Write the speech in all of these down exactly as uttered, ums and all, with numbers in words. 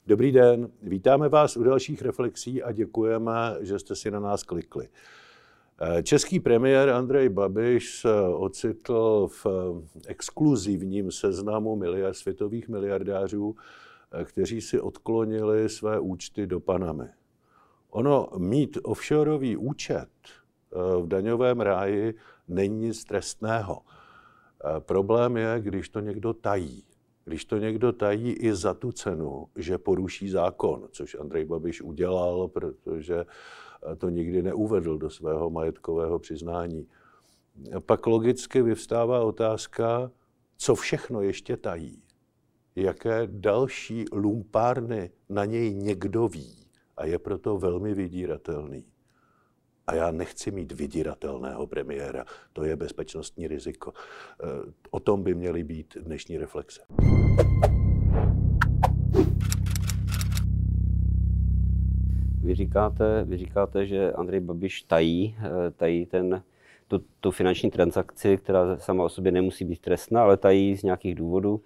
Dobrý den, vítáme vás u dalších reflexí a děkujeme, že jste si na nás klikli. Český premiér Andrej Babiš se ocitl v exkluzivním seznamu miliard, světových miliardářů, kteří si odklonili své účty do Panamy. Ono mít offshoreový účet v daňovém ráji není nic trestného. Problém je, když to někdo tají. Když to někdo tají i za tu cenu, že poruší zákon, což Andrej Babiš udělal, protože to nikdy neuvedl do svého majetkového přiznání. Pak logicky vyvstává otázka, co všechno ještě tají. Jaké další lumpárny na něj někdo ví a je proto velmi vydíratelný. A já nechci mít vydíratelného premiéra, to je bezpečnostní riziko. O tom by měly být dnešní reflexe. Vy říkáte, vy říkáte, že Andrej Babiš tají, tají ten, tu, tu finanční transakci, která sama o sobě nemusí být trestná, ale tají z nějakých důvodů.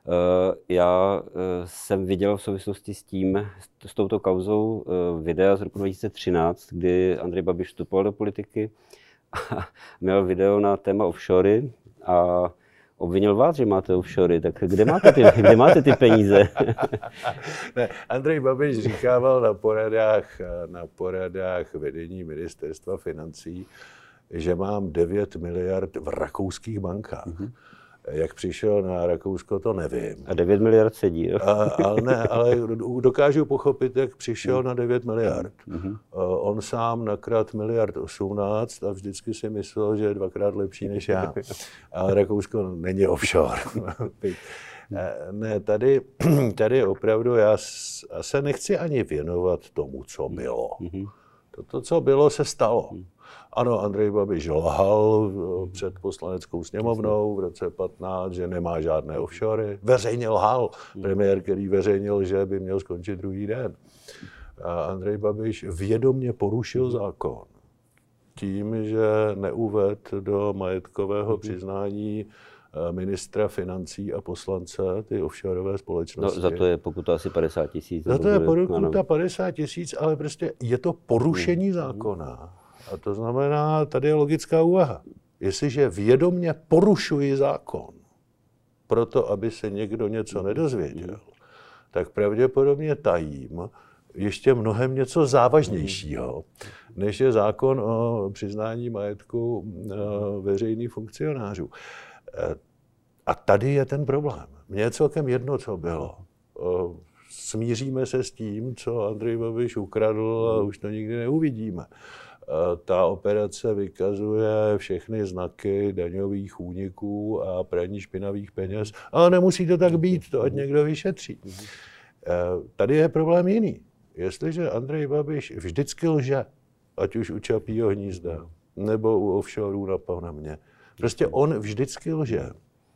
Já jsem viděl v souvislosti s tím, s touto kauzou videa z roku dva tisíce třináct, kdy Andrej Babiš vstupoval do politiky a měl video na téma offshory a obvinil vás, že máte offshory, tak kde máte ty, kde máte ty peníze? Ne, Andrej Babiš říkával na poradách, na poradách vedení ministerstva financí, že mám devět miliard v rakouských bankách. Mm-hmm. Jak přišel na Rakousko, to nevím. A devět miliard sedí, jo? A, ale ne, ale dokážu pochopit, jak přišel na devět miliard. Mm-hmm. On sám nakradl miliard osmnáct a vždycky si myslel, že je dvakrát lepší než já. Ale Rakousko není offshore. Ne, tady, tady opravdu já se nechci ani věnovat tomu, co bylo. Mm-hmm. To, co bylo, se stalo. Ano, Andrej Babiš lhal před Poslaneckou sněmovnou v roce patnáct, že nemá žádné offshory. Veřejně lhal. Premiér, který veřejnil, že by měl skončit druhý den. A Andrej Babiš vědomě porušil zákon tím, že neuvedl do majetkového přiznání ministra financí a poslance ty offshoreové společnosti. No, za to je pokuta asi padesát tisíc. Za to je pokuta padesát tisíc, ale prostě je to porušení zákona. A to znamená, tady je logická úvaha. Jestliže vědomě porušuji zákon proto, aby se někdo něco nedozvěděl, tak pravděpodobně tajím ještě mnohem něco závažnějšího, než je zákon o přiznání majetku veřejných funkcionářů. A tady je ten problém. Mně je celkem jedno, co bylo. Smíříme se s tím, co Andrej Babiš ukradl a už to nikdy neuvidíme. Ta operace vykazuje všechny znaky daňových úniků a praní špinavých peněz, ale nemusí to tak být, to ať někdo vyšetří. Tady je problém jiný. Jestliže Andrej Babiš vždycky lže, ať už u Čapího hnízda, nebo u offshoreů na Panamě, prostě on vždycky lže,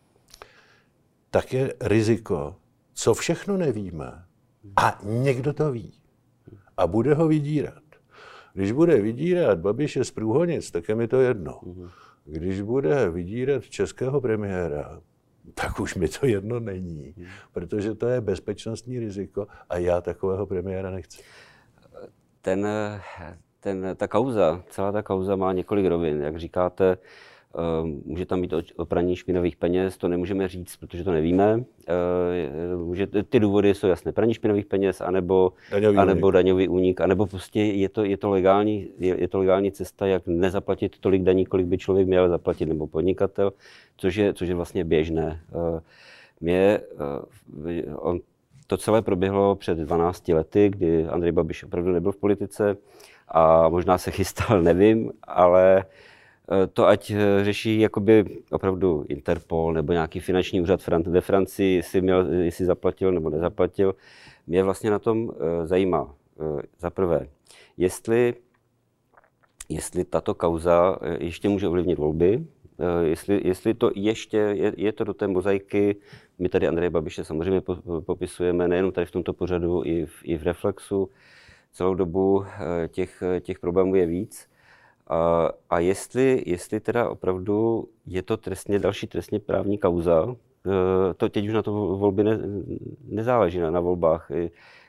tak je riziko, co všechno nevíme a někdo to ví a bude ho vydírat. Když bude vydírat Babiše z Průhonic, tak je mi to jedno. Když bude vydírat českého premiéra, tak už mi to jedno není, protože to je bezpečnostní riziko a já takového premiéra nechci. Ten, ten, ta kauza, celá ta kauza má několik rovin. Jak říkáte, může tam být o praní špinavých peněz, to nemůžeme říct, protože to nevíme. Může, ty důvody jsou jasné. Praní špinavých peněz, anebo daňový, anebo únik. daňový únik, anebo prostě je to, je, to legální, je, je to legální cesta, jak nezaplatit tolik daní, kolik by člověk měl zaplatit, nebo podnikatel, což je, což je vlastně běžné. Mě, on, to celé proběhlo před dvanácti lety, kdy Andrej Babiš opravdu nebyl v politice a možná se chystal, nevím, ale to ať řeší jakoby opravdu Interpol nebo nějaký finanční úřad ve Francii, jestli, měl, jestli zaplatil nebo nezaplatil. Mě vlastně na tom zajímá za prvé, jestli, jestli tato kauza ještě může ovlivnit volby, jestli, jestli to ještě je, je to do té mozaiky. My tady Andreje Babiše samozřejmě popisujeme nejenom tady v tomto pořadu, i v, i v Reflexu. Celou dobu těch, těch problémů je víc. A, a jestli, jestli teda opravdu je to trestně, další trestně právní kauza, to teď už na to volby ne, nezáleží na, na volbách.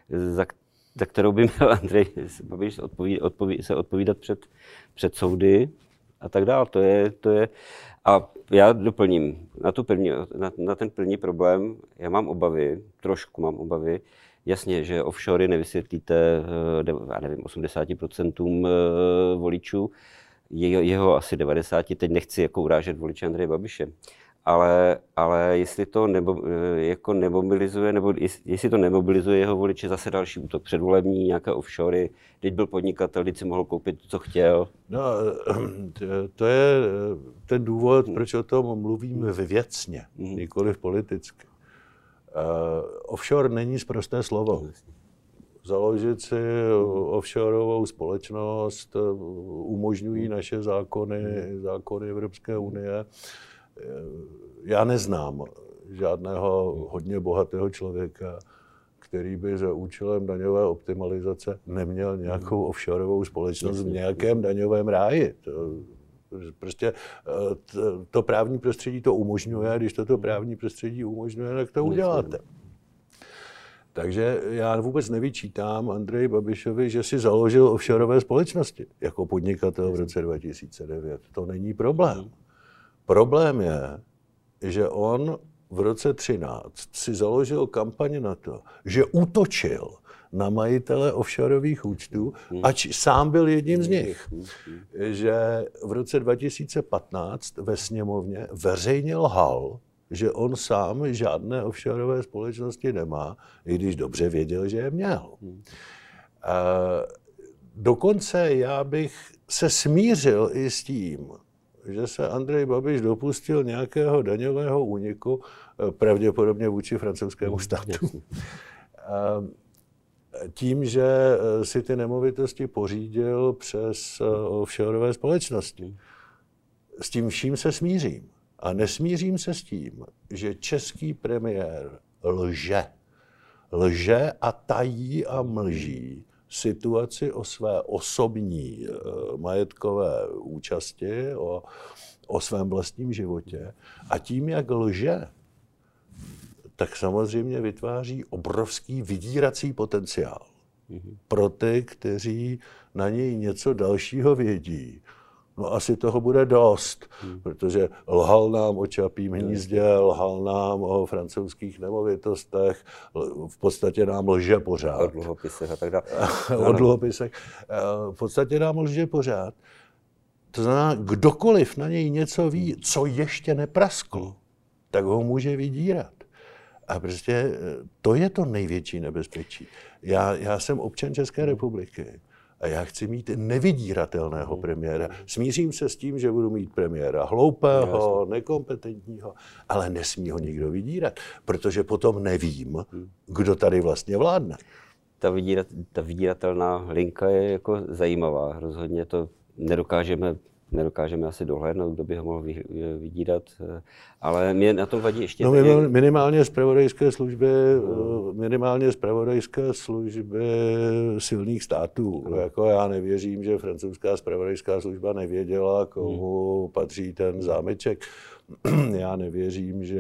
za, za kterou by měl Andrej Babiš odpoví, odpoví, se odpovídat před, před soudy a tak dále. To je, to je, a já doplním, na, tu první, na, na ten první problém, já mám obavy, trošku mám obavy. Jasně, že offshory nevysvětlíte, já nevím, osmdesát procent voličů, jeho, jeho asi devadesát, teď nechci jako urážet voliče Andreje Babiše, ale, ale jestli to nebo, jako nemobilizuje, nebo jestli to nemobilizuje jeho voliče, zase další útok předvolební, nějaké offshory, teď byl podnikatel, teď si mohl koupit, co chtěl. No, to je ten důvod, proč o tom mluvíme věcně, mm. nikoliv politicky. Uh, offshore není sprosté slovo. Založit si offshoreovou společnost umožňují naše zákony, zákony Evropské unie. Já neznám žádného hodně bohatého člověka, který by za účelem daňové optimalizace neměl nějakou offshoreovou společnost v nějakém daňovém ráji. To, prostě to právní prostředí to umožňuje, když toto právní prostředí umožňuje, tak to uděláte. Takže já vůbec nevyčítám Andreji Babišovi, že si založil offshoreové společnosti jako podnikatel v roce dva tisíce devět. To není problém. Problém je, že on v roce třináct si založil kampaň na to, že útočil na majitele offshoreových účtů, ač sám byl jedním z nich. Že v roce dva tisíce patnáct ve sněmovně veřejně lhal, že on sám žádné offshoreové společnosti nemá, i když dobře věděl, že je měl. A dokonce já bych se smířil i s tím, že se Andrej Babiš dopustil nějakého daňového úniku, pravděpodobně vůči francouzskému státu. A tím, že si ty nemovitosti pořídil přes offshoreové společnosti. S tím vším se smířím. A nesmířím se s tím, že český premiér lže. Lže a tají a mlží situaci o své osobní majetkové účasti, o, o svém vlastním životě. A tím, jak lže, tak samozřejmě vytváří obrovský vydírací potenciál mm-hmm. pro ty, kteří na něj něco dalšího vědí. No asi toho bude dost, hmm. protože lhal nám o Čapím hnízdě, lhal nám o francouzských nemovitostech, v podstatě nám lže pořád. O dluhopisech a tak dále. O dluhopisech. V podstatě nám lže pořád. To znamená, kdokoliv na něj něco ví, co ještě neprasklo, tak ho může vydírat. A prostě to je to největší nebezpečí. Já, já jsem občan České republiky. A já chci mít nevydíratelného premiéra. Smířím se s tím, že budu mít premiéra hloupého, nekompetentního, ale nesmí ho nikdo vydírat, protože potom nevím, kdo tady vlastně vládne. Ta, vydírat, ta vydíratelná linka je jako zajímavá. Rozhodně to nedokážeme, nedokážeme asi dohlédnout, kdo by ho mohl vydírat, ale mě na tom vadí ještě... No, minimálně zpravodajské služby, minimálně zpravodajské služby silných států. No. Jako já nevěřím, že francouzská zpravodajská služba nevěděla, komu hmm. patří ten zámeček. Já nevěřím, že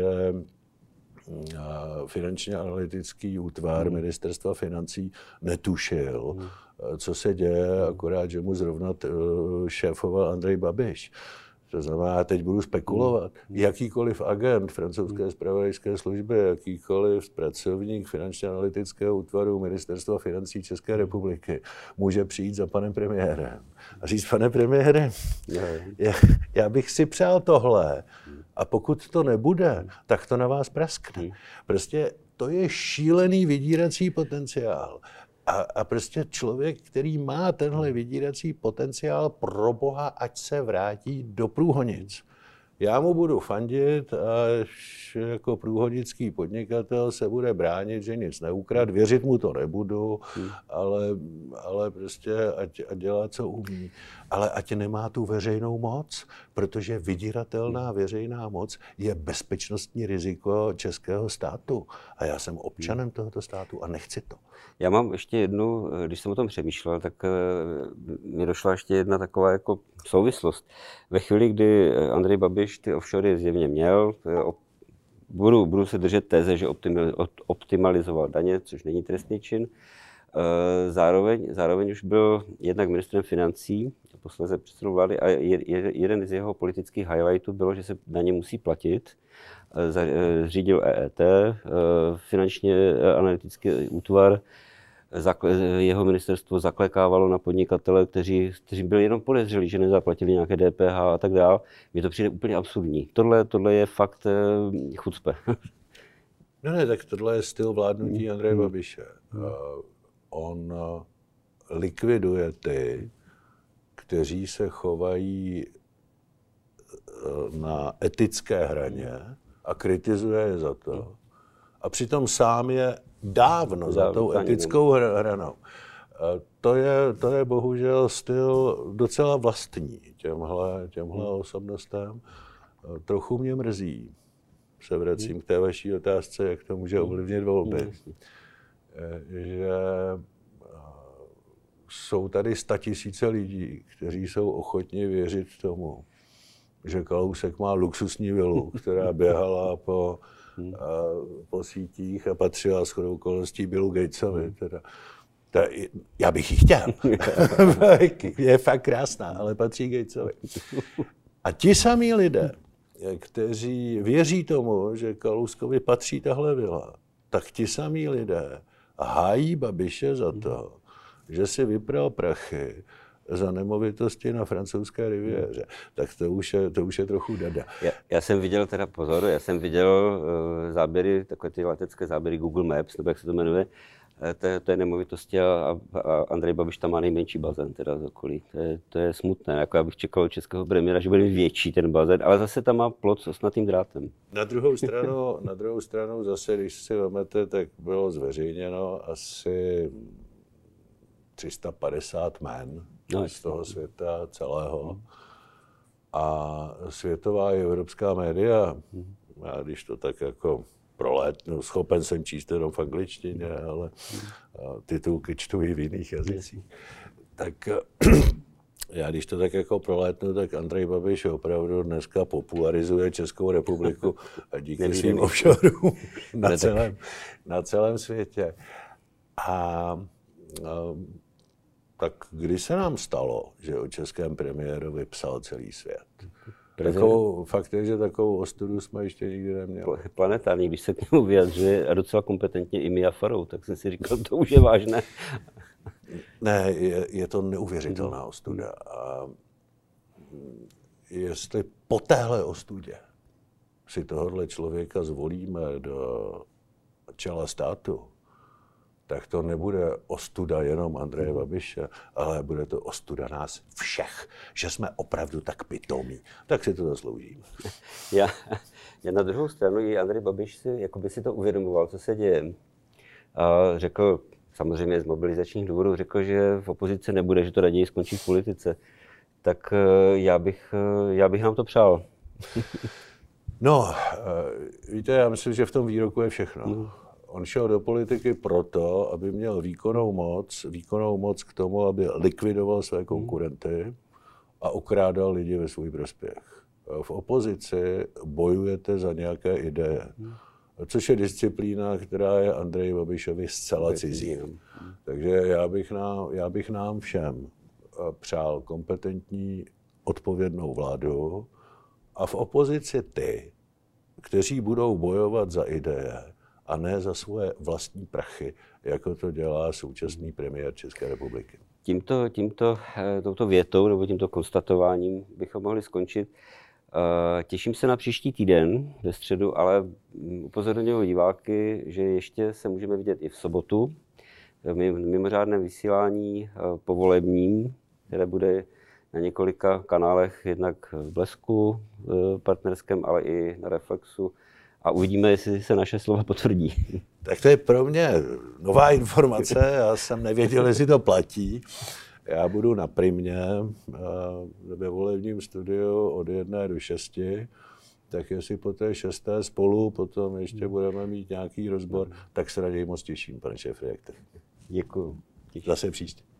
finančně analytický útvar hmm. ministerstva financí netušil, hmm. co se děje, akorát, že mu zrovna šéfoval Andrej Babiš. To znamená, teď budu spekulovat. Jakýkoliv agent francouzské zpravodajské služby, jakýkoliv pracovník finančně analytického útvaru ministerstva financí České republiky může přijít za panem premiérem a říct, pane premiére, já, já bych si přál tohle a pokud to nebude, tak to na vás praskne. Prostě to je šílený vydírací potenciál. A, a prostě člověk, který má tenhle vydírací potenciál, pro boha, ať se vrátí do Průhonic. Já mu budu fandit, až jako průhonický podnikatel se bude bránit, že nic neukrad. Věřit mu to nebudu, hmm. ale, ale prostě ať, ať dělá, co umí. Ale ať nemá tu veřejnou moc, protože vydíratelná veřejná moc je bezpečnostní riziko českého státu. A já jsem občanem tohoto státu a nechci to. Já mám ještě jednu, když jsem o tom přemýšlel, tak mi došla ještě jedna taková jako souvislost. Ve chvíli, kdy Andrej Babiš ty offshory zjevně měl, budu, budu se držet teze, že optimalizoval daně, což není trestný čin. Zároveň, zároveň už byl jednak ministrem financí, posledně předsedou vlády, a jeden z jeho politických highlightů bylo, že se daně musí platit. Zřídil E E T, finančně analytický útvar, jeho ministerstvo zaklekávalo na podnikatele, kteří, kteří byli jenom podezřelí, že nezaplatili nějaké D P H a tak dále. Mně to přijde úplně absurdní. Tohle, tohle je fakt chucpe. No ne, tak tohle je styl vládnutí Andreje Babiše. Uh, on likviduje ty, kteří se chovají na etické hraně a kritizuje je za to. A přitom sám je dávno za tou etickou hranou. To je, to je bohužel styl docela vlastní těmhle, těmhle osobnostem. Trochu mě mrzí, se vracím k té vaší otázce, jak to může ovlivnit volby, že jsou tady statisíce lidí, kteří jsou ochotni věřit tomu, že Kalousek má luxusní vilu, která běhala po, po sítích a patřila shodou okolností Billu Gatesovi. Teda. Ta, já bych ji chtěl. Je fakt krásná, ale patří Gatesovi. A ti samí lidé, kteří věří tomu, že Kalouskovi patří tahle vila, tak ti samí lidé hájí Babiše za to, že si vypral prachy za nemovitosti na francouzské riviéře. Tak to už je, to už je trochu dada. Já, já jsem viděl teda pozor, já jsem viděl uh, záběry, takové ty letecké záběry Google Maps, nebo jak se to jmenuje, to je, to je nemovitosti a, a Andrej Babiš tam má nejmenší bazén teda z okolí. To je, to je smutné, jako já bych čekal od českého premiéra, že bude mít větší ten bazén, ale zase tam má plot s osnatým drátem. Na druhou stranu, na druhou stranu zase, když si vezmete, tak bylo zveřejněno asi tři sta padesát jmen no, z toho světa celého. A světová i evropská média, já když to tak jako prolétnu, schopen jsem číst jenom v angličtině, ale titulky čtu i v jiných jazycích. Tak já když to tak jako prolétnu, tak Andrej Babiš opravdu dneska popularizuje Českou republiku a díky svým offshorům na celém, na celém světě. A, a tak kdy se nám stalo, že o českém premiérovi psal celý svět? Takovou, fakt je, že takovou ostudu jsme ještě nikdy neměli. Planetární, když se k němu vyjadřuje a docela kompetentně i Mia Farrow, tak jsem si říkal, to už je vážné. Ne, je, je to neuvěřitelná ostuda. A jestli po téhle ostudě si tohohle člověka zvolíme do čela státu, tak to nebude ostuda jenom Andreje Babiše, ale bude to ostuda nás všech, že jsme opravdu tak pitomí. Tak si to zasloužíme. Já, já na druhou stranu i Andrej Babiš si, jako by si to uvědomoval, co se děje. A řekl, samozřejmě z mobilizačních důvodů, řekl, že v opozici nebude, že to raději skončí v politice. Tak já bych, já bych nám to přál. No, víte, já myslím, že v tom výroku je všechno. No. On šel do politiky proto, aby měl výkonnou moc, výkonnou moc k tomu, aby likvidoval své konkurenty a okrádal lidi ve svůj prospěch. V opozici bojujete za nějaké ideje, což je disciplína, která je Andreji Babišovi zcela cizí. Takže já bych nám, já bych nám všem přál kompetentní, odpovědnou vládu a v opozici ty, kteří budou bojovat za ideje, a ne za svoje vlastní prachy, jako to dělá současný premiér České republiky. Tímto, tímto, touto větou nebo tímto konstatováním bychom mohli skončit. Těším se na příští týden ve středu, ale upozorňuji diváky, že ještě se můžeme vidět i v sobotu v mimořádném vysílání povolebním, které bude na několika kanálech, jednak v Blesku partnerském, ale i na Reflexu. A uvidíme, jestli se naše slova potvrdí. Tak to je pro mě nová informace, já jsem nevěděl, jestli to platí. Já budu na Primě ve volebním studiu od jedné do šesti, tak jestli po té šesté spolu potom ještě budeme mít nějaký rozbor, tak se na něj moc těším, pane šéfredaktore. Děkuju. Zase příště.